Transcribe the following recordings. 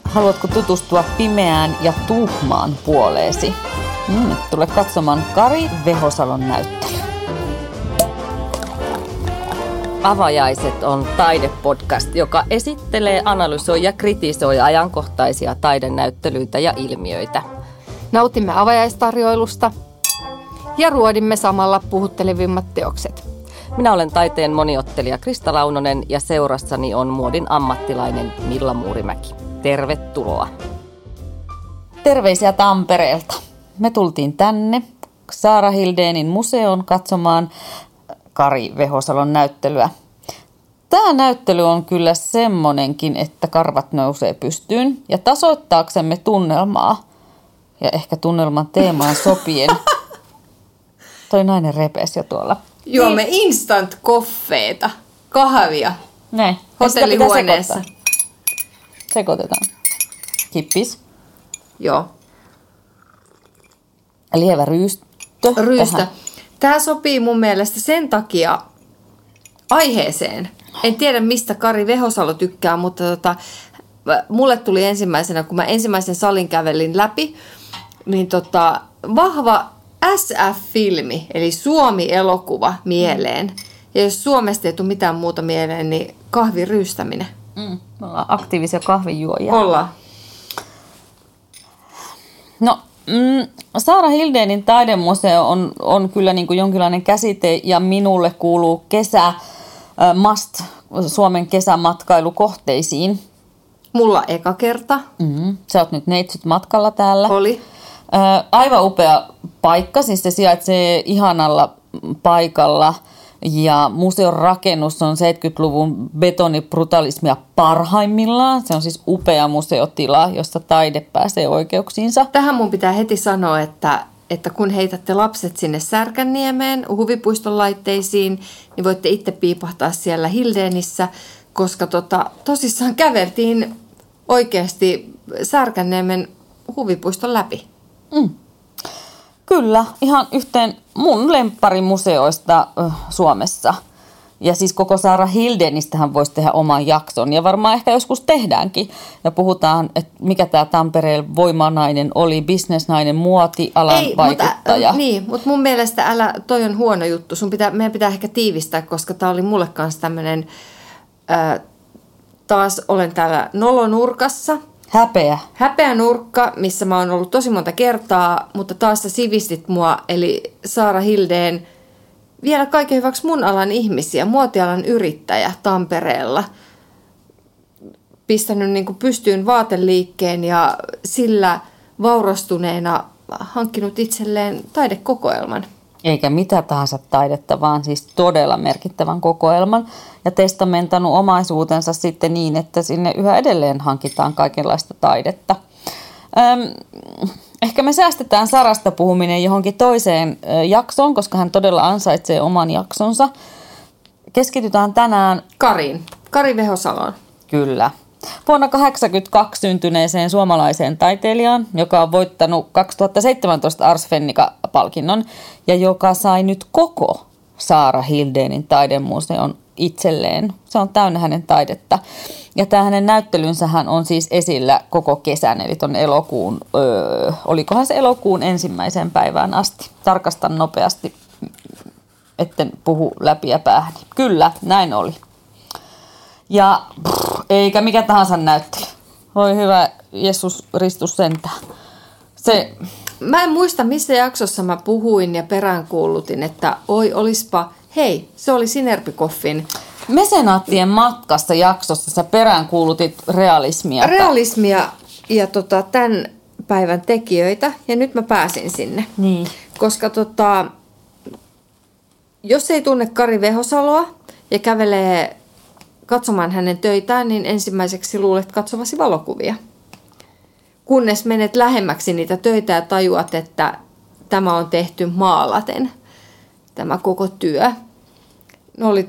Haluatko tutustua pimeään ja tuhmaan puoleesi? Tule katsomaan Kari Vehosalon näyttely. Avajaiset on taidepodcast, joka esittelee, analysoi ja kritisoi ajankohtaisia taidenäyttelyitä ja ilmiöitä. Nautimme avajaistarjoilusta ja ruodimme samalla puhuttelevimmat teokset. Minä olen taiteen moniottelija Krista Launonen ja seurassani on muodin ammattilainen Milla Muurimäki. Tervetuloa. Terveisiä Tampereelta. Me tultiin tänne Saara Hildénin museoon katsomaan Kari Vehosalon näyttelyä. Tämä näyttely on kyllä semmonenkin, että karvat nousee pystyyn ja tasoittaaksemme tunnelmaa ja ehkä tunnelman teemaan sopien. Toi nainen repesi jo tuolla. Juomme instant koffeeta, kahvia hotellihuoneessa. Sekoitetaan. Kippis. Joo. Lievä ryystö. Tähän. Tämä sopii mun mielestä sen takia aiheeseen. En tiedä, mistä Kari Vehosalo tykkää, mutta mulle tuli ensimmäisenä, kun mä ensimmäisen salin kävelin läpi, niin vahva SF-filmi, eli Suomi-elokuva mieleen. Ja jos Suomesta ei tule mitään muuta mieleen, niin kahvin ryystäminen. Me ollaan aktiivisia kahvinjuojia. Ollaan. No, Saara Hildénin taidemuseo on kyllä niin kuin jonkinlainen käsite ja minulle kuuluu Suomen kesämatkailukohteisiin. Mulla eka kerta. Sä oot nyt neitsyt matkalla täällä. Oli. Aivan upea paikka, siis se sijaitsee ihanalla paikalla ja museon rakennus on 70-luvun betonibrutalismia parhaimmillaan. Se on siis upea museotila, jossa taide pääsee oikeuksiinsa. Tähän mun pitää heti sanoa, että kun heitätte lapset sinne Särkänniemeen huvipuiston laitteisiin, niin voitte itse piipahtaa siellä Hildénissä, koska tosissaan käveltiin oikeasti Särkänniemen huvipuiston läpi. Kyllä, ihan yhteen mun lempparimuseoista Suomessa. Ja siis koko Saara Hildénistähän voisi tehdä oman jakson ja varmaan ehkä joskus tehdäänkin. Ja puhutaan, että mikä tämä Tampereen voimanainen oli, bisnesnainen, muotialan vaikuttaja. Mutta mun mielestä toi on huono juttu. Meidän pitää ehkä tiivistää, koska tämä oli mulle kanssa tämmöinen, taas olen täällä nolonurkassa. Häpeä nurkka, missä mä oon ollut tosi monta kertaa, mutta taas sä sivistit mua, eli Saara Hildén, vielä kaiken hyväksi mun alan ihmisiä, muotialan yrittäjä Tampereella, pistänyt niin kuin pystyyn vaateliikkeen ja sillä vaurastuneena hankkinut itselleen taidekokoelman. Eikä mitä tahansa taidetta, vaan siis todella merkittävän kokoelman ja testamentannut omaisuutensa sitten niin, että sinne yhä edelleen hankitaan kaikenlaista taidetta. Ehkä me säästetään Sarasta puhuminen johonkin toiseen jaksoon, koska hän todella ansaitsee oman jaksonsa. Keskitytään tänään Kari Vehosaloon. Kyllä. Vuonna 1982 syntyneeseen suomalaiseen taiteilijaan, joka on voittanut 2017 Ars Fennica-palkinnon ja joka sai nyt koko Saara Hildénin taidemuseon itselleen. Se on täynnä hänen taidetta. Ja tämä hänen näyttelynsähän on siis esillä koko kesän, eli tuon olikohan se elokuun 1. päivään asti. Tarkastan nopeasti, etten puhu läpi ja päähän. Kyllä, näin oli. Ja eikä mikä tahansa näyttely. Voi hyvä Jeesus Ristus sentään. Mä en muista, missä jaksossa mä puhuin ja peräänkuulutin, että se oli Sinerbikoffin. Mesenaattien matkassa jaksossa sä peräänkuulutit realismia. Realismia ja tämän päivän tekijöitä, ja nyt mä pääsin sinne. Niin. Koska jos ei tunne Kari Vehosaloa ja kävelee katsomaan hänen töitään, niin ensimmäiseksi luulet katsovasi valokuvia. Kunnes menet lähemmäksi niitä töitä ja tajuat, että tämä on tehty maalaten, tämä koko työ. No oli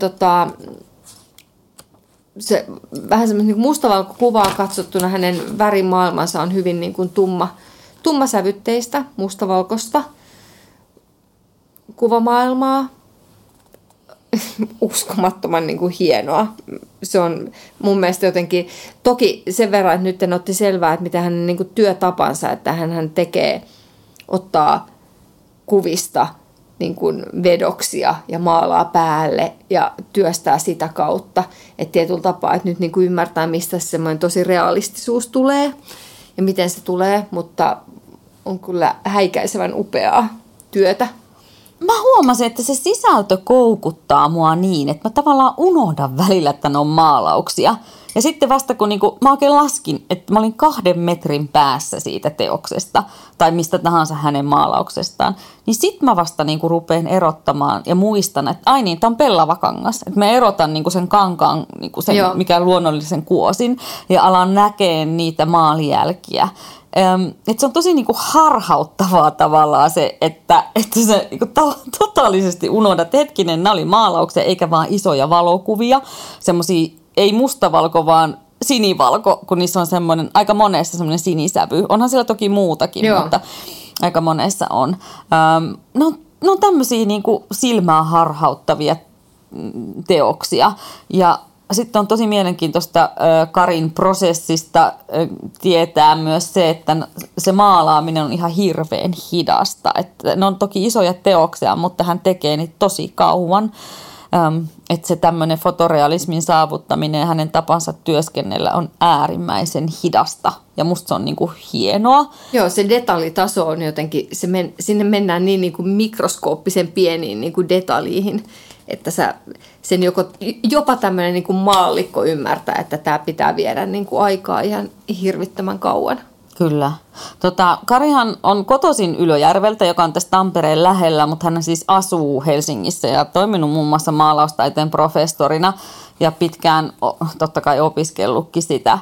se vähän semmoinen niin mustavalkokuvaa katsottuna, hänen värimaailmansa on hyvin niin kuin tummasävytteistä, mustavalkoista kuvamaailmaa. uskomattoman niin kuin hienoa. Se on mun mielestä jotenkin, toki sen verran, että nyt en otti selvää, että mitä hänen niin kuin työtapansa, että hän ottaa kuvista niin kuin vedoksia ja maalaa päälle ja työstää sitä kautta. Että tietyllä tapaa, että nyt niin kuin ymmärtää, mistä semmoinen tosi realistisuus tulee ja miten se tulee, mutta on kyllä häikäisevän upeaa työtä. Mä huomasin, että se sisältö koukuttaa mua niin, että mä tavallaan unohdan välillä, että ne on maalauksia. Ja sitten vasta kun mä oikein laskin, että mä olin 2 metrin päässä siitä teoksesta tai mistä tahansa hänen maalauksestaan, niin sit mä vasta rupean erottamaan ja muistan, että ai niin, tää on pellava kangas. Että mä erotan sen kankaan, sen, mikä luonnollisen kuosin ja alan näkeen niitä maalijälkiä. Että se on tosi harhauttavaa tavallaan se, että sä totaalisesti unohdat, että hetkinen, nämä oli maalauksia eikä vaan isoja valokuvia, semmoisia ei mustavalko, vaan sinivalko, kun niissä on semmoinen, aika monessa semmoinen sinisävy. Onhan siellä toki muutakin, Joo. mutta aika monessa on. Ne on tämmöisiä silmää harhauttavia teoksia. Ja sitten on tosi mielenkiintoista Karin prosessista tietää myös se, että se maalaaminen on ihan hirveän hidasta. Että ne on toki isoja teoksia, mutta hän tekee niitä tosi kauan. Että se tämmöinen fotorealismin saavuttaminen ja hänen tapansa työskennellä on äärimmäisen hidasta. Ja musta se on hienoa. Joo, se detaljitaso on jotenkin, sinne mennään niin mikroskooppisen pieniin detaljiin, että sen jopa tämmöinen maallikko ymmärtää, että tämä pitää viedä aikaa ihan hirvittävän kauan. Kyllä. Karihan on kotoisin Ylöjärveltä, joka on tässä Tampereen lähellä, mutta hän siis asuu Helsingissä ja toiminut muun muassa maalaustaiteen professorina ja pitkään totta kai opiskellutkin sitä.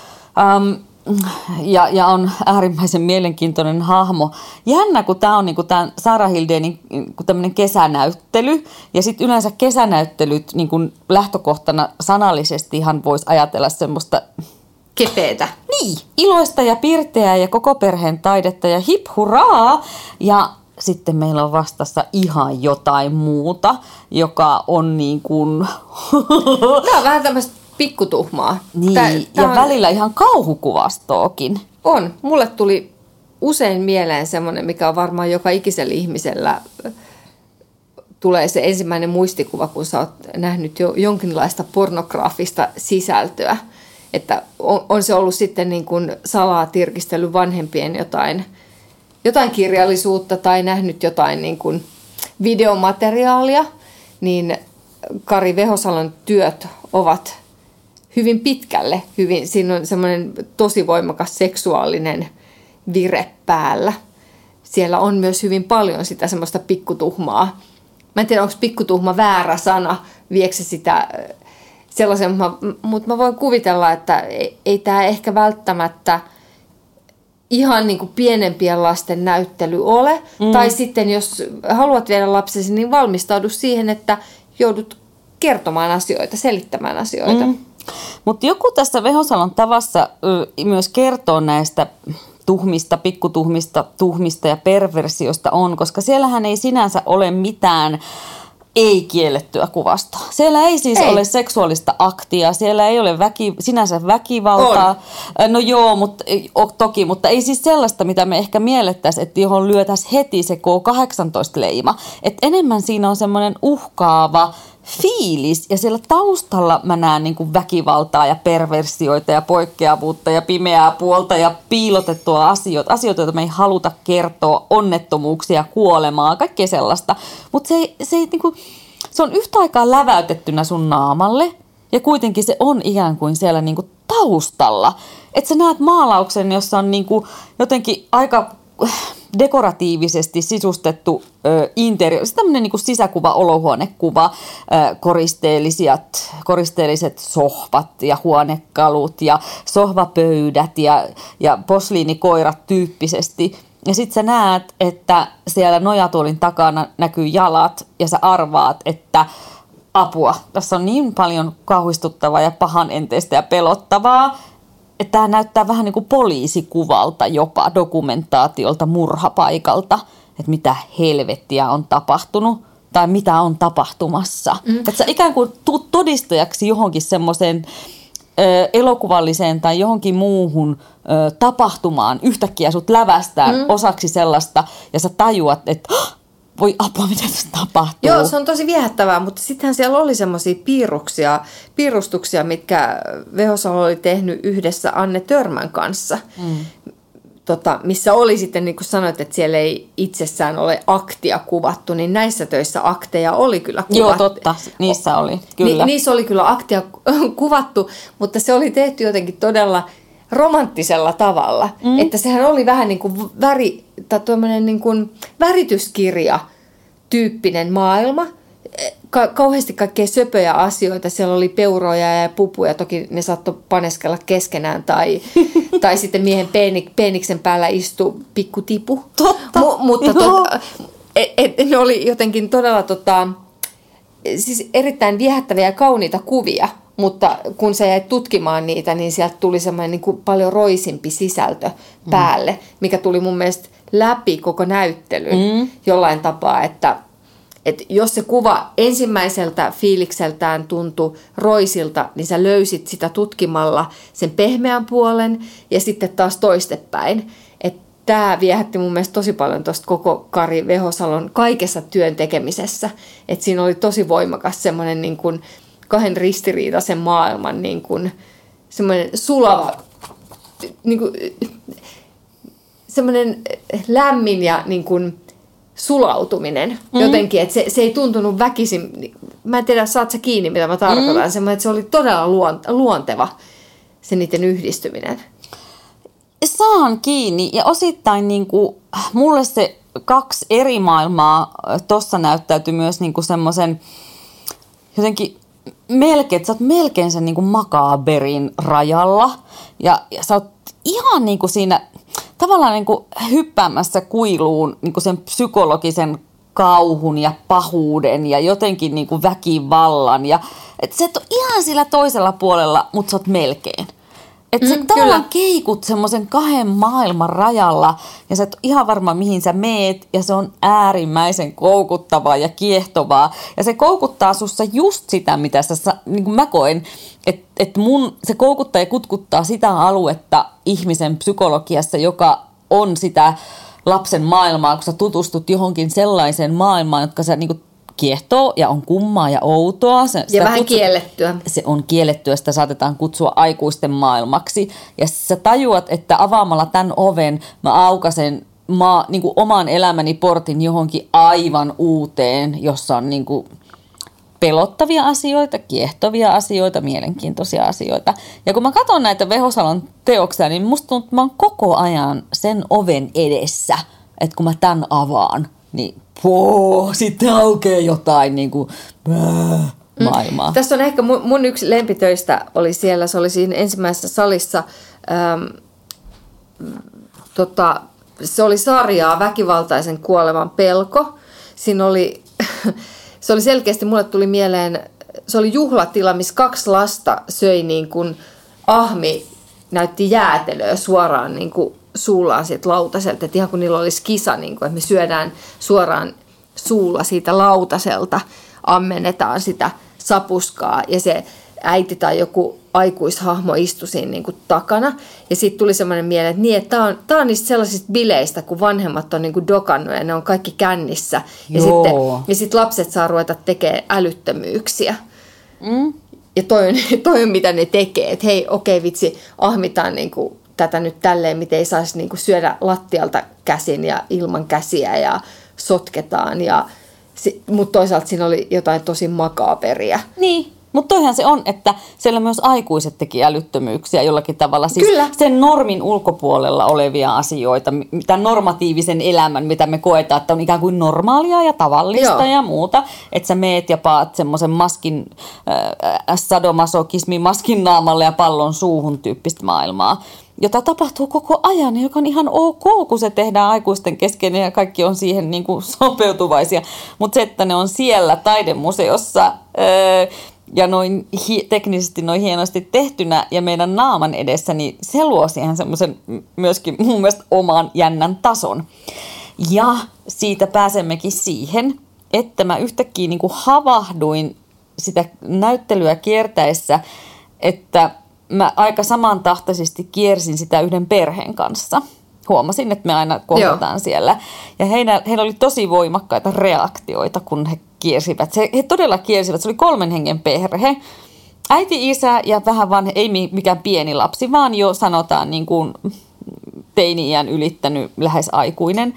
Ja on äärimmäisen mielenkiintoinen hahmo. Jännä, kun tämä on tämän Sarah Hildenin tämmöinen kesänäyttely. Ja sitten yleensä kesänäyttelyt lähtökohtana sanallisestihan voisi ajatella semmoista kepeetä. Niin, iloista ja pirteää ja koko perheen taidetta ja hip hurraa. Ja sitten meillä on vastassa ihan jotain muuta, joka on Tämä on vähän tämmöistä pikkutuhmaa. Niin, ja välillä ihan kauhukuvastoakin. On. Mulle tuli usein mieleen semmoinen, mikä on varmaan joka ikisellä ihmisellä tulee se ensimmäinen muistikuva, kun sä oot nähnyt jo jonkinlaista pornograafista sisältöä. Että on se ollut sitten salaa tirkistellyt vanhempien jotain kirjallisuutta tai nähnyt jotain videomateriaalia, niin Kari Vehosalon työt ovat hyvin pitkälle. Siinä on semmoinen tosi voimakas seksuaalinen vire päällä. Siellä on myös hyvin paljon sitä semmoista pikkutuhmaa. Mä en tiedä, onko pikkutuhma väärä sana, viekö se sitä sellaisen, mutta mä voin kuvitella, että ei tämä ehkä välttämättä ihan pienempien lasten näyttely ole. Tai sitten jos haluat viedä lapsesi, niin valmistaudu siihen, että joudut kertomaan asioita, selittämään asioita. Mutta joku tässä Vehosalon tavassa myös kertoo näistä pikkutuhmista ja perversiosta on, koska siellähän ei sinänsä ole mitään ei-kiellettyä kuvastoa. Siellä ei siis ole seksuaalista aktia, siellä ei ole sinänsä väkivaltaa. No joo, toki, mutta ei siis sellaista, mitä me ehkä miellettäisiin, että johon lyötäisiin heti se K18-leima. Että enemmän siinä on semmoinen uhkaava fiilis ja siellä taustalla mä näen väkivaltaa ja perversioita ja poikkeavuutta ja pimeää puolta ja piilotettua asioita, joita me ei haluta kertoa, onnettomuuksia, kuolemaa, kaikkea sellaista. Mutta se on yhtä aikaa läväytettynä sun naamalle ja kuitenkin se on ikään kuin siellä taustalla. Että sä näet maalauksen, jossa on jotenkin aika dekoratiivisesti sisustettu interiori, tämmöinen sisäkuva, olohuonekuva, koristeelliset sohvat ja huonekalut ja sohvapöydät ja posliinikoirat tyyppisesti. Ja sit sä näet, että siellä nojatuolin takana näkyy jalat ja sä arvaat, että apua, tässä on niin paljon kauhistuttavaa ja pahanenteistä ja pelottavaa, että tämä näyttää vähän poliisikuvalta jopa, dokumentaatiolta, murhapaikalta, että mitä helvettiä on tapahtunut. tai mitä on tapahtumassa. Että sä ikään kuin tuut todistajaksi johonkin semmoiseen elokuvalliseen tai johonkin muuhun tapahtumaan. Yhtäkkiä sut lävästään osaksi sellaista ja sä tajuat, että voi apua, mitä tässä tapahtuu. Joo, se on tosi viehättävää, mutta sittenhän siellä oli semmoisia piirustuksia, mitkä Vehosalo oli tehnyt yhdessä Anne Törmän kanssa. Missä oli sitten, niin kuin sanoit, että siellä ei itsessään ole aktia kuvattu, niin näissä töissä akteja oli kyllä kuvattu. Joo, totta. Niissä oli, kyllä. Niissä oli kyllä aktia kuvattu, mutta se oli tehty jotenkin todella romanttisella tavalla. Että sehän oli vähän niin kuin niin kuin värityskirja-tyyppinen maailma. Kauheasti kaikkea söpöjä asioita. Siellä oli peuroja ja pupuja. Toki ne saattoi paneskella keskenään. Tai sitten miehen peeniksen päällä istui pikkutipu. Totta. Mutta ne oli jotenkin todella siis erittäin viehättäviä ja kauniita kuvia. Mutta kun sä jäit tutkimaan niitä, niin sieltä tuli semmoinen niin kuin paljon roisimpi sisältö päälle, mikä tuli mun mielestä läpi koko näyttelyn jollain tapaa, että jos se kuva ensimmäiseltä fiilikseltään tuntui roisilta, niin sä löysit sitä tutkimalla sen pehmeän puolen ja sitten taas toistepäin. Tämä viehätti mun mielestä tosi paljon tuosta koko Kari Vehosalon kaikessa työn tekemisessä. Että siinä oli tosi voimakas semmoinen niin kuin kahden ristiriitaisen maailman niin kuin semmoinen sulava, niin kuin, semmoinen lämmin ja niin kuin sulautuminen jotenkin, että se ei tuntunut väkisin. Mä en tiedä, saat sä kiinni, mitä mä tarkoitan. Semmoinen, että se oli todella luonteva, se niiden yhdistyminen. Saan kiinni ja osittain niin kuin, mulle se kaksi eri maailmaa tuossa näyttäytyi myös niin kuin semmoisen jotenkin melkein, että sä oot melkein sen niin kuin makaberin rajalla ja sä oot ihan niin kuin siinä tavallaan niin kuin hyppäämässä kuiluun niin kuin sen psykologisen kauhun ja pahuuden ja jotenkin niin kuin väkivallan. Ja, että sä et ole ihan sillä toisella puolella, mutta sä oot melkein. Että sä tavallaan keikut semmoisen kahden maailman rajalla ja sä et ole ihan varma mihin sä meet ja se on äärimmäisen koukuttavaa ja kiehtovaa. Ja se koukuttaa sussa just sitä, mitä niin kuin mä koen, että se koukuttaa ja kutkuttaa sitä aluetta ihmisen psykologiassa, joka on sitä lapsen maailmaa, kun sä tutustut johonkin sellaiseen maailmaan, jotka sä niinku kiehtoo ja on kummaa ja outoa. Ja vähän kiellettyä. Se on kiellettyä, sitä saatetaan kutsua aikuisten maailmaksi. Ja sä tajuat, että avaamalla tämän oven mä aukasen niinku oman elämäni portin johonkin aivan uuteen, jossa on niinku pelottavia asioita, kiehtovia asioita, mielenkiintoisia asioita. Ja kun mä katson näitä Vehosalon teoksia, niin musta tuntuu, että mä oon koko ajan sen oven edessä, että kun mä tän avaan, niin sitten aukeaa jotain niin kuin maailmaa. Tässä on ehkä mun yksi lempitöistä oli siellä, se oli siinä ensimmäisessä salissa, se oli sarjaa Väkivaltaisen kuoleman pelko. Siinä oli, se oli selkeästi, mulle tuli mieleen, se oli juhlatila, missä 2 lasta söi niin kuin ahmi näytti jäätelöä suoraan niin kuin suullaan siitä lautaselta, että ihan kun niillä olisi kisa, niin kuin, että me syödään suoraan suulla siitä lautaselta, ammennetaan sitä sapuskaa ja se äiti tai joku aikuishahmo istui siinä niin kuin takana. Ja sitten tuli semmoinen mieleen, että tämä on niistä sellaisista bileistä, kun vanhemmat on niin kuin dokannut ja ne on kaikki kännissä. Ja sitten lapset saa ruveta tekemään älyttömyyksiä. Ja toi on mitä ne tekee, että hei okei vitsi, ahmitaan niin kuin tätä nyt tälleen, miten ei saisi niin kuin syödä lattialta käsin ja ilman käsiä ja sotketaan. Mutta toisaalta siinä oli jotain tosi makaaberia. Niin, mutta toihan se on, että siellä myös aikuiset teki älyttömyyksiä jollakin tavalla. Siis Kyllä. Sen normin ulkopuolella olevia asioita, tämän normatiivisen elämän, mitä me koetaan, että on ikään kuin normaalia ja tavallista ja muuta. Että sä meet ja paat semmoisen maskin, sadomasokismin maskin naamalle ja pallon suuhun tyyppistä maailmaa, jota tapahtuu koko ajan, joka on ihan ok, kun se tehdään aikuisten kesken ja kaikki on siihen niin kuin sopeutuvaisia. Mutta se, että ne on siellä taidemuseossa ja noin teknisesti noin hienosti tehtynä ja meidän naaman edessä, niin se luo siihen semmoisen myöskin mun mielestä oman jännän tason. Ja siitä pääsemmekin siihen, että mä yhtäkkiä niin kuin havahduin sitä näyttelyä kiertäessä, että mä aika samantahtaisesti kiersin sitä yhden perheen kanssa. Huomasin, että me aina kohdataan siellä. Ja heillä oli tosi voimakkaita reaktioita, kun he kiersivät. He todella kiersivät. Se oli 3 hengen perhe. Äiti, isä ja vähän vanha, ei mikään pieni lapsi, vaan jo sanotaan niin kuin teini-iän ylittänyt lähes aikuinen.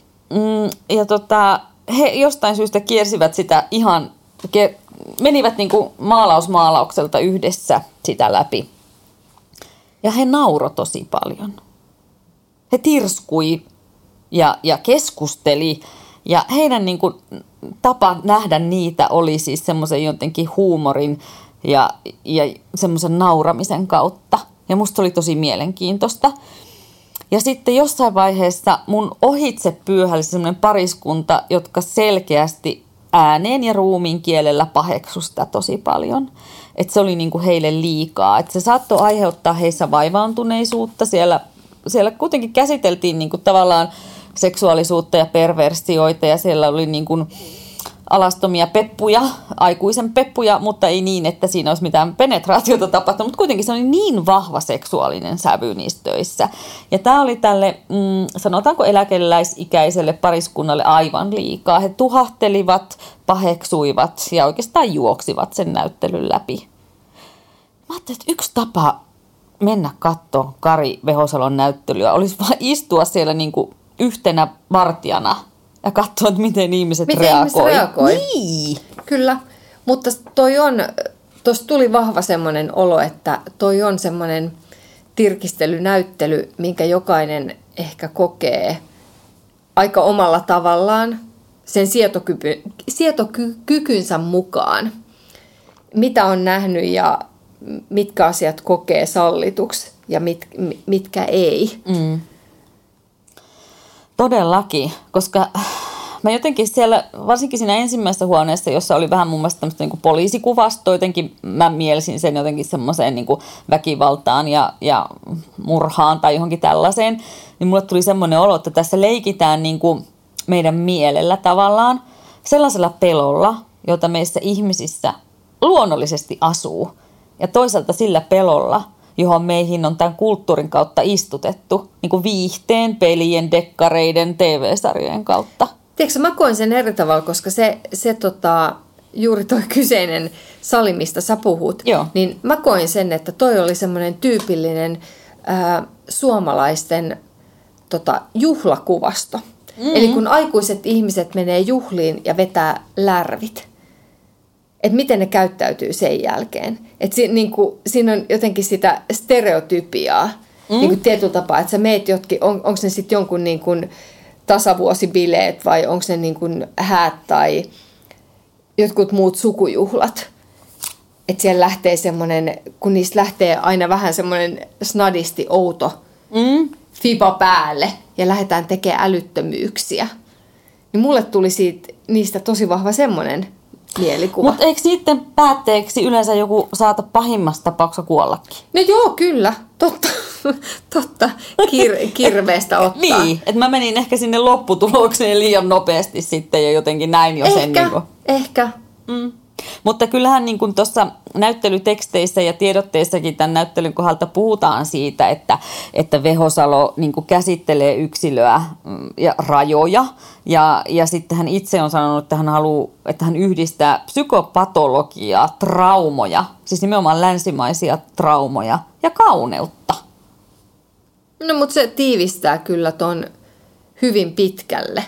Ja he jostain syystä kiersivät sitä ihan, menivät niin kuin maalausmaalaukselta yhdessä sitä läpi. Ja he nauroi tosi paljon. He tirskui ja keskusteli ja heidän niin kuin tapa nähdä niitä oli siis semmoisen jotenkin huumorin ja semmoisen nauramisen kautta. Ja musta oli tosi mielenkiintoista. Ja sitten jossain vaiheessa mun ohitse pyyhäli semmoinen pariskunta, jotka selkeästi ääneen ja ruumiin kielellä paheksu sitä tosi paljon. Että se oli niinku heille liikaa. Että se saattoi aiheuttaa heissä vaivaantuneisuutta. Siellä kuitenkin käsiteltiin niinku tavallaan seksuaalisuutta ja perversioita ja siellä oli niinku alastomia peppuja, aikuisen peppuja, mutta ei niin, että siinä olisi mitään penetraatiota tapahtunut, mutta kuitenkin se oli niin vahva seksuaalinen sävy niissä töissä. Ja tämä oli tälle, sanotaanko eläkeläisikäiselle pariskunnalle aivan liikaa. He tuhahtelivat, paheksuivat ja oikeastaan juoksivat sen näyttelyn läpi. Mä ajattelin, että yksi tapa mennä katsomaan Kari Vehosalon näyttelyä olisi vaan istua siellä niin kuin yhtenä vartijana ja katsoa, että miten ihmiset reagoi. Niin. Kyllä, mutta tuossa tuli vahva semmoinen olo, että toi on semmoinen tirkistelynäyttely, minkä jokainen ehkä kokee aika omalla tavallaan sen sietokykynsä mukaan. Mitä on nähnyt ja mitkä asiat kokee sallituksi ja mitkä ei. Todellakin, koska mä jotenkin siellä, varsinkin siinä ensimmäisessä huoneessa, jossa oli vähän mun mielestä tämmöistä niin kuin poliisikuvasto, jotenkin mä mielisin sen jotenkin semmoiseen niin kuin väkivaltaan ja murhaan tai johonkin tällaiseen, niin mulle tuli semmoinen olo, että tässä leikitään niin kuin meidän mielellä tavallaan sellaisella pelolla, jota meissä ihmisissä luonnollisesti asuu, ja toisaalta sillä pelolla, johon meihin on tämän kulttuurin kautta istutettu, niin kuin viihteen, pelien, dekkareiden, TV-sarjojen kautta. Tiedätkö, mä koen sen eri tavalla, koska juuri toi kyseinen sali, mistä sä puhut, niin mä koin sen, että toi oli semmoinen tyypillinen suomalaisten juhlakuvasto. Eli kun aikuiset ihmiset menee juhliin ja vetää lärvit, että miten ne käyttäytyy sen jälkeen. Että siinä on jotenkin sitä stereotypiaa niin tietyllä tapaa, että sä meet onko ne sitten jonkun niin kuin tasavuosibileet vai onko ne niin kuin häät tai jotkut muut sukujuhlat. Että siellä lähtee semmoinen, kun niistä lähtee aina vähän semmoinen snadisti outo fiba päälle ja lähdetään tekemään älyttömyyksiä. Niin mulle tuli niistä tosi vahva semmoinen mielikuva. Mutta eikö niiden päätteeksi yleensä joku saata pahimmassa tapauksessa kuollakin? No joo, kyllä. Totta. Kirveestä ottaa. Niin, että mä menin ehkä sinne lopputulokseen liian nopeasti sitten ja jotenkin näin jo sen. Ehkä. Mutta kyllähän niin kuin tuossa näyttelyteksteissä ja tiedotteissakin tämän näyttelyn kohdalta puhutaan siitä, että Vehosalo niin kuin käsittelee yksilöä ja rajoja. Ja sitten hän itse on sanonut, että hän haluaa, että hän yhdistää psykopatologiaa, traumoja, siis nimenomaan länsimaisia traumoja ja kauneutta. No mutta se tiivistää kyllä ton hyvin pitkälle.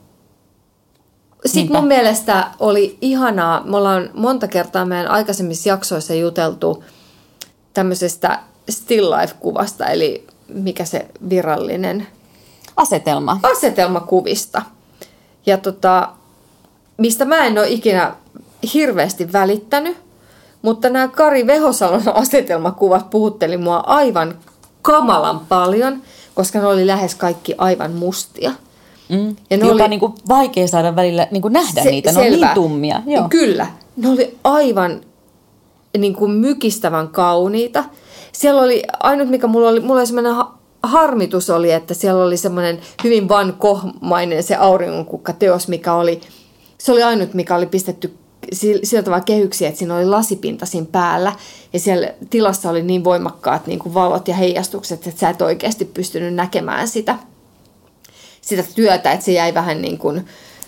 Sitten mun mielestä oli ihanaa, me ollaan monta kertaa meidän aikaisemmissa jaksoissa juteltu tämmöisestä still life-kuvasta, eli mikä se virallinen asetelmakuvista. Ja mistä mä en ole ikinä hirveästi välittänyt, mutta nämä Kari Vehosalon asetelmakuvat puhutteli mua aivan kamalan paljon, koska ne oli lähes kaikki aivan mustia. Ja ne jopa niin kuin vaikea saada välillä niin kuin nähdä niitä, ne on niin tummia. Joo. Kyllä, ne oli aivan niin kuin mykistävän kauniita. Siellä oli, ainut mikä mulla oli semmoinen harmitus oli, että siellä oli semmoinen hyvin Van Gogh-mainen se auringonkukkateos, mikä oli Se oli ainut, mikä oli pistetty sillä tavalla kehyksiä, että siinä oli lasipinta siinä päällä. Ja siellä tilassa oli niin voimakkaat niin kuin valot ja heijastukset, että sä et oikeasti pystynyt näkemään sitä työtä. Että se jäi vähän niin kuin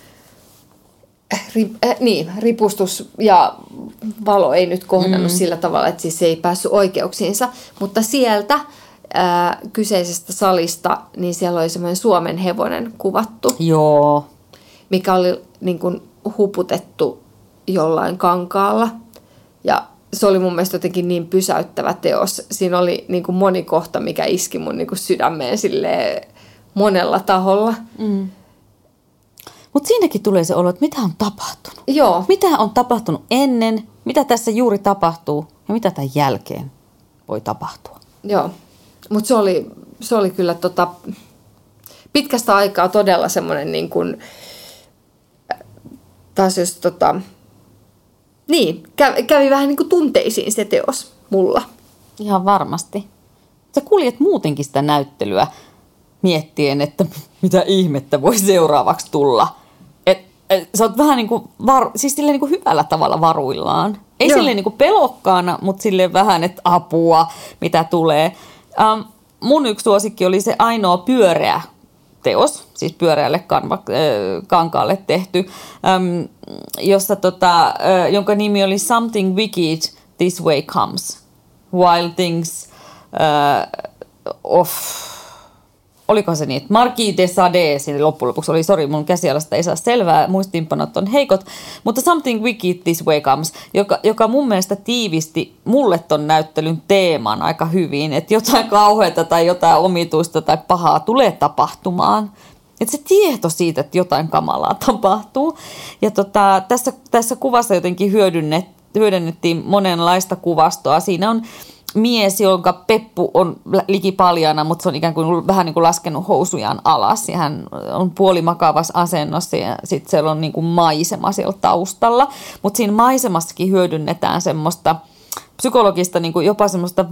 ripustus ja valo ei nyt kohdannut sillä tavalla, että siis se ei päässyt oikeuksiinsa. Mutta sieltä kyseisestä salista, niin siellä oli semmoinen Suomen hevonen kuvattu. Joo. Mikä oli niin kuin huputettu jollain kankaalla. Ja se oli mun mielestä jotenkin niin pysäyttävä teos. Siinä oli niin kuin moni kohta, mikä iski mun niin kuin sydämeen silleen monella taholla. Mutta siinäkin tulee se olo, että mitä on tapahtunut. Joo. Mitä on tapahtunut ennen, mitä tässä juuri tapahtuu ja mitä tämän jälkeen voi tapahtua. Joo, mutta se oli kyllä pitkästä aikaa todella semmoinen niin kuin, taas jos kävi vähän niin kuin tunteisiin se teos mulla. Ihan varmasti. Sä kuljet muutenkin sitä näyttelyä miettien, että mitä ihmettä voi seuraavaksi tulla. Sä oot vähän niin kuin, siis silleen niin kuin hyvällä tavalla varuillaan. Ei Joo. silleen niin kuin pelokkaana, mutta silleen vähän, että apua, mitä tulee. Mun yksi suosikki oli se ainoa pyöreä teos, siis pyöreälle kankaalle tehty, jonka nimi oli Something Wicked This Way Comes. While Things Oliko se niin, että Marquis de Sade siinä loppujen lopuksi oli, sori, mun käsialasta ei saa selvää, muistiinpanot on heikot, mutta Something Wicked This Way Comes, joka mun mielestä tiivisti mulle ton näyttelyn teeman aika hyvin, että jotain kauheata tai jotain omituista tai pahaa tulee tapahtumaan. Että se tieto siitä, että jotain kamalaa tapahtuu. Ja tässä kuvassa jotenkin hyödynnettiin monenlaista kuvastoa. Siinä on mies, jonka peppu on likipaljana, mutta se on ikään kuin vähän niin kuin laskenut housujaan alas. Ja hän on puolimakavassa asennossa ja sitten siellä on niin kuin maisema siellä taustalla. Mutta siinä maisemassakin hyödynnetään semmoista psykologista, niin kuin jopa semmoista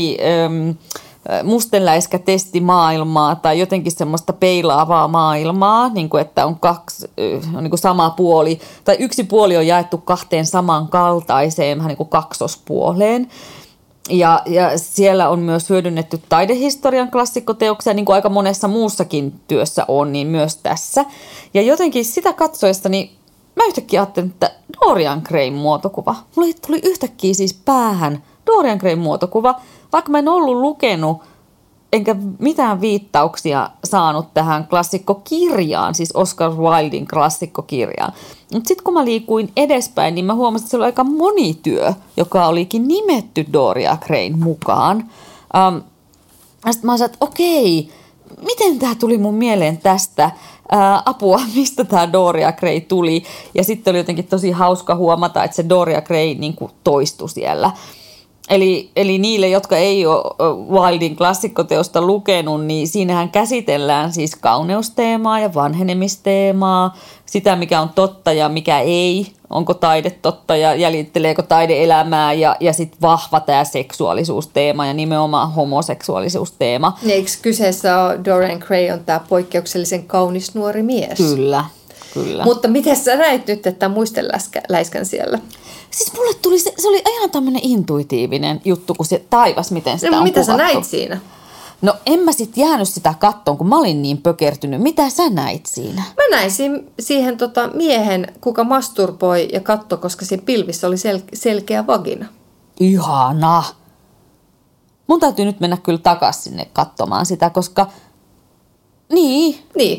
mustenläiskätestimaailmaa tai jotenkin semmoista peilaavaa maailmaa, niin kuin että on kaksi on niin kuin sama puoli, tai yksi puoli on jaettu kahteen samankaltaiseen, vähän niin kuin kaksospuoleen. Ja siellä on myös hyödynnetty taidehistorian klassikkoteoksia, niin kuin aika monessa muussakin työssä on, niin myös tässä. Ja jotenkin sitä katsoessani mä yhtäkkiä ajattelin, että Dorian Grayn muotokuva. Mulle tuli yhtäkkiä siis päähän Dorian Grayn muotokuva, vaikka mä en ollut lukenut enkä mitään viittauksia saanut tähän klassikkokirjaan, siis Oscar Wildin klassikkokirjaan. Mutta sitten kun mä liikuin edespäin, niin mä huomasin, että se oli aika moni työ, joka olikin nimetty Dorian Grayn mukaan. Sitten mä sanoin, että okei, miten tämä tuli mun mieleen tästä? Apua, mistä tämä Dorian Gray tuli? Ja sitten oli jotenkin tosi hauska huomata, että se Dorian Gray niin kuin toistui siellä. Eli niille, jotka ei ole Wildin klassikkoteosta lukenut, niin siinähän käsitellään siis kauneusteemaa ja vanhenemisteemaa, sitä mikä on totta ja mikä ei, onko taide totta ja jäljitteleekö taide elämää ja sitten vahva tämä seksuaalisuusteema ja nimenomaan homoseksuaalisuusteema. Eikö kyseessä ole Dorian Gray on tämä poikkeuksellisen kaunis nuori mies? Kyllä. Mutta miten sä näit nyt, että muistenläiskän siellä? Siis mulle tuli, se oli ihan tämmöinen intuitiivinen juttu, kun se taivas, miten sitä on mitä kuvattu. Sä näit siinä? No en mä sit jäänyt sitä kattoon, kun mä olin niin pökertynyt. Mitä sä näit siinä? Mä näin siihen miehen, kuka masturboi ja katsoi, koska siinä pilvissä oli selkeä vagina. Ihana! Mun täytyy nyt mennä kyllä takaisin sinne katsomaan sitä, koska Niin,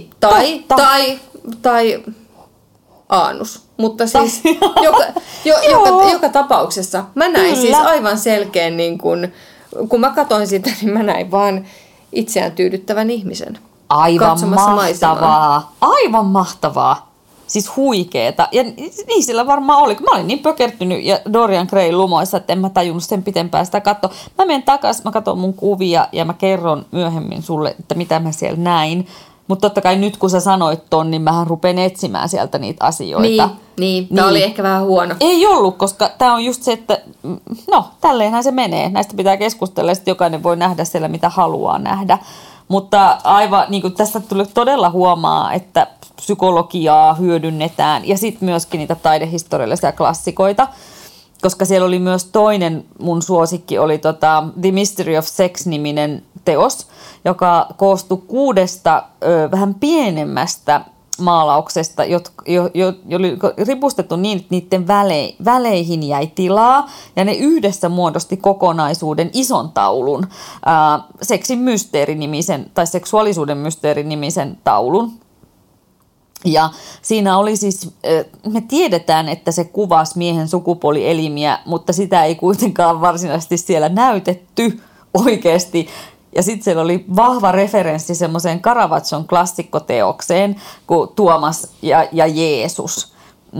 tai aanus. Mutta siis joka tapauksessa mä näin siis aivan selkeän, niin kun mä katsoin sitä, niin mä näin vaan itseään tyydyttävän ihmisen. Aivan mahtavaa. Aivan mahtavaa. Siis huikeeta. Ja niin sillä varmaan oli. Mä olin niin pökertynyt ja Dorian Gray lumoissa, että en mä tajunnut sen pitempään sitä katsoa. Mä menen takaisin, mä katson mun kuvia ja mä kerron myöhemmin sulle, että mitä mä siellä näin. Mutta totta kai nyt kun sä sanoit ton, niin mähän rupean etsimään sieltä niitä asioita. Niin. Tää oli ehkä vähän huono. Ei ollut, koska tää on just se, että no tälleenhän se menee. Näistä pitää keskustella ja sitten jokainen voi nähdä siellä, mitä haluaa nähdä. Mutta aivan niin kuin tästä tulee todella huomaa, että psykologiaa hyödynnetään ja sitten myöskin niitä taidehistoriallisia klassikoita, koska siellä oli myös toinen mun suosikki, oli The Mystery of Sex-niminen teos, joka koostui 6 vähän pienemmästä maalauksesta, oli ripustettu niin, että niiden väleihin jäi tilaa, ja ne yhdessä muodosti kokonaisuuden ison taulun, seksin mysteerinimisen tai seksuaalisuuden mysteerinimisen taulun. Ja siinä oli siis, me tiedetään, että se kuvasi miehen sukupuolielimiä, mutta sitä ei kuitenkaan varsinaisesti siellä näytetty oikeasti. Ja sitten siellä oli vahva referenssi semmoiseen Caravaggion klassikkoteokseen kuin Tuomas ja Jeesus,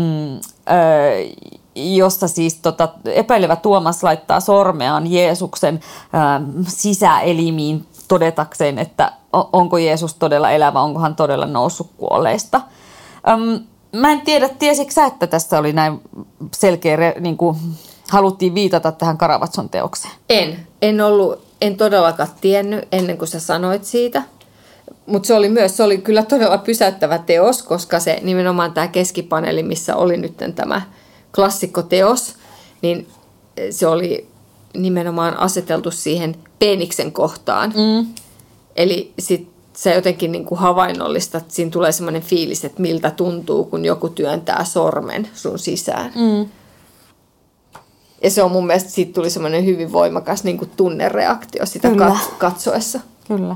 jossa siis epäilevä Tuomas laittaa sormeaan Jeesuksen sisäelimiin todetakseen, että onko Jeesus todella elävä, onko hän todella noussut kuolleista. Mä en tiedä, tiesitkö sä, että tässä oli näin selkeä, niin kuin haluttiin viitata tähän Caravaggion teokseen? En todellakaan tiennyt ennen kuin sä sanoit siitä, mutta se oli kyllä todella pysäyttävä teos, koska se nimenomaan tämä keskipaneeli, missä oli nyt tämä klassikkoteos, niin se oli nimenomaan aseteltu siihen peniksen kohtaan. Eli sitten sä jotenkin niin kuin havainnollistat, että siinä tulee semmoinen fiilis, että miltä tuntuu, kun joku työntää sormen sun sisään. Ja se on mun mielestä, siitä tuli semmoinen hyvin voimakas niin kuin tunnereaktio sitä katsoessa. Kyllä.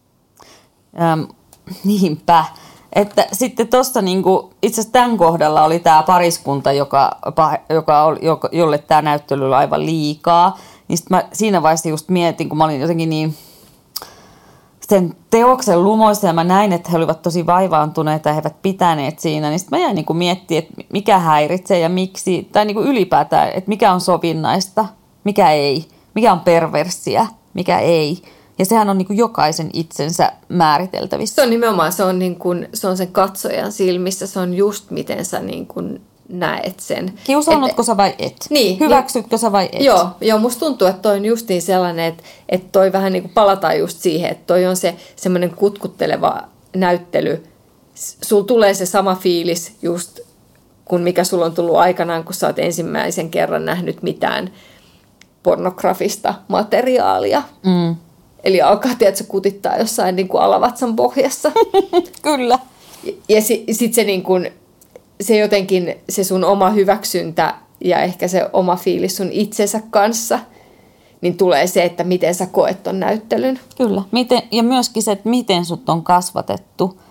Niinpä. Että sitten tuossa niinku, itse asiassa tämän kohdalla oli tämä pariskunta, jolle tämä näyttely oli aivan liikaa. Niin sitten mä siinä vaiheessa just mietin, kun mä olin jotenkin niin sen teoksen lumoissa ja mä näin, että he olivat tosi vaivaantuneita ja he eivät pitäneet siinä, niin sitten mä jäin niin kuin miettimään, että mikä häiritsee ja miksi, tai niin kuin ylipäätään, että mikä on sovinnaista, mikä ei, mikä on perversiä, mikä ei. Ja sehän on niin kuin jokaisen itsensä määriteltävissä. Se on nimenomaan, se on sen katsojan silmissä, se on just miten sä niin kuin näet sen. Kiusaannutko sä vai et? Niin, hyväksytkö sä vai et? Joo, musta tuntuu, että toi on just niin sellainen, että toi vähän niin kuin palataan just siihen, että toi on se semmoinen kutkutteleva näyttely. Sul tulee se sama fiilis just kuin mikä sulla on tullut aikanaan, kun sä oot ensimmäisen kerran nähnyt mitään pornografista materiaalia. Eli alkaa, tiedätkö, kutittaa jossain niin kuin alavatsan pohjassa. Kyllä. Ja sit se niin kuin se jotenkin se sun oma hyväksyntä ja ehkä se oma fiilis sun itsensä kanssa, niin tulee se, että miten sä koet ton näyttelyn. Kyllä. Ja myöskin se, että miten sut on kasvatettu,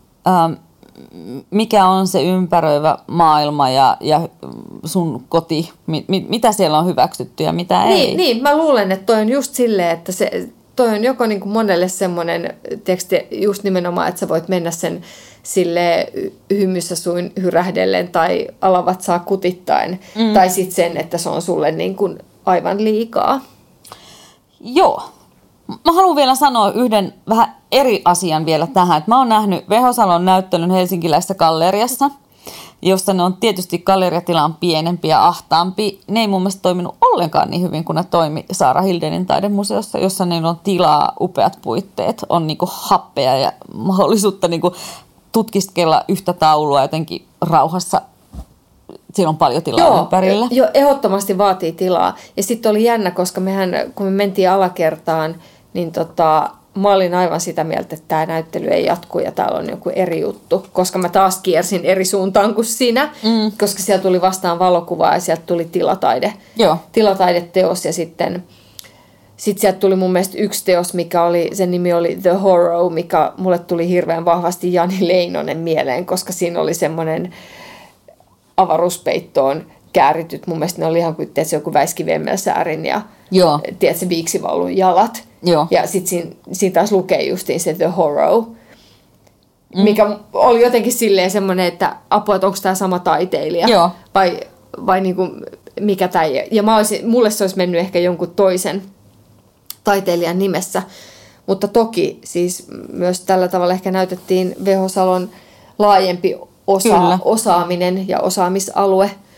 mikä on se ympäröivä maailma ja sun koti, mitä siellä on hyväksytty ja mitä ei. Niin, mä luulen, että toi on just silleen, että toi on joko niin kuin monelle semmoinen teksti just nimenomaan, että sä voit mennä sen sille hymyssä suin hyrähdellen tai alavatsaa kutittain. Tai sitten sen, että se on sulle niin kuin aivan liikaa. Joo. Mä haluan vielä sanoa yhden vähän eri asian vielä tähän. Mä oon nähnyt Vehosalon näyttelyn helsinkiläisessä galleriassa, jossa ne on tietysti galleriatilan pienempi ja ahtaampi. Ne ei mun mielestä toiminut ollenkaan niin hyvin kuin ne toimi Saara Hildenin taidemuseossa, jossa niillä on tilaa, upeat puitteet, on niinku happea ja mahdollisuutta niinku tutkiskella yhtä taulua jotenkin rauhassa. Siinä on paljon tilaa ympärillä. Joo, ehdottomasti vaatii tilaa. Ja sitten oli jännä, koska kun me mentiin alakertaan, niin mä olin aivan sitä mieltä, että tämä näyttely ei jatku ja täällä on joku eri juttu. Koska mä taas kiersin eri suuntaan kuin sinä, koska siellä tuli vastaan valokuvaa ja sieltä tuli tilataideteos ja sitten sieltä tuli mun mielestä yksi teos, sen nimi oli The Horror, mikä mulle tuli hirveän vahvasti Jani Leinonen mieleen, koska siinä oli semmoinen avaruuspeittoon käärityt. Mun mielestä ne oli ihan kuin joku Väiski Vemmelsäärin ja tiedätkö, viiksivaulun jalat. Joo. Ja sitten siinä taas lukee justiin se The Horror, mikä oli jotenkin silleen semmoinen, että apua, että onko tämä sama taiteilija. Joo. Vai niinku, mikä tämä. Ja mulle se olisi mennyt ehkä jonkun toisen taiteilijan nimessä. Mutta toki siis myös tällä tavalla ehkä näytettiin Vehosalon laajempi osaaminen ja osaamisalue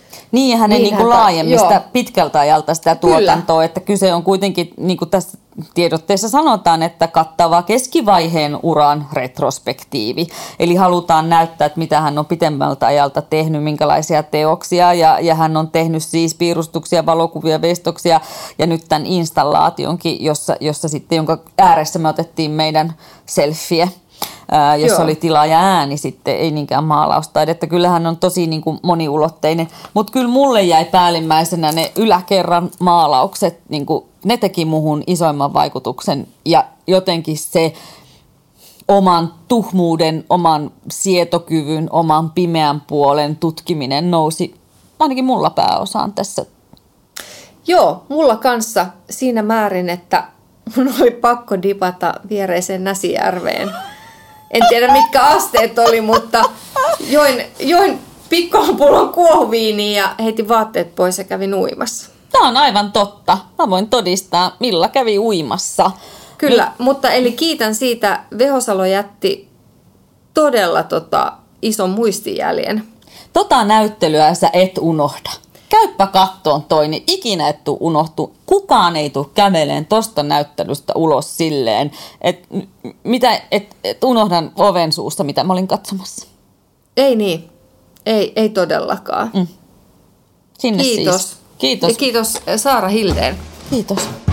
Niin, hänen niin kuin laajemmista pitkältä ajalta sitä tuotantoa, että kyse on kuitenkin, niin kuin tässä tiedotteessa sanotaan, että kattava keskivaiheen uran retrospektiivi. Eli halutaan näyttää, että mitä hän on pitemmältä ajalta tehnyt, minkälaisia teoksia, ja hän on tehnyt siis piirustuksia, valokuvia, vestoksia, ja nyt tämän installaationkin, jossa sitten, jonka ääressä me otettiin meidän selfie, jossa oli tila ja ääni sitten, ei niinkään maalaustaidetta. Kyllähän on tosi niin kuin moniulotteinen, mutta kyllä mulle jäi päällimmäisenä ne yläkerran maalaukset, niin kuin, ne teki muhun isoimman vaikutuksen ja jotenkin se oman tuhmuuden, oman sietokyvyn, oman pimeän puolen tutkiminen nousi ainakin mulla pääosaan tässä. Joo, mulla kanssa siinä määrin, että mun oli pakko dipata viereiseen Näsijärveen. En tiedä mitkä asteet oli, mutta join pikkupullon kuohuviiniä ja heitin vaatteet pois ja kävin uimassa. Tämä on aivan totta. Mä voin todistaa, Milla kävi uimassa. Kyllä, mutta eli kiitän siitä. Vehosalo jätti todella ison muistijäljen. Näyttelyä sä et unohda. Käyppä kattoon toinen. Ikinä et tuu unohtu. Kukaan ei tule käveleen tosta näyttelystä ulos silleen, että unohdan oven suusta, mitä mä olin katsomassa. Ei niin. Ei todellakaan. Sinne Kiitos. Siis. Kiitos. Ja kiitos Saara Hildeen. Kiitos.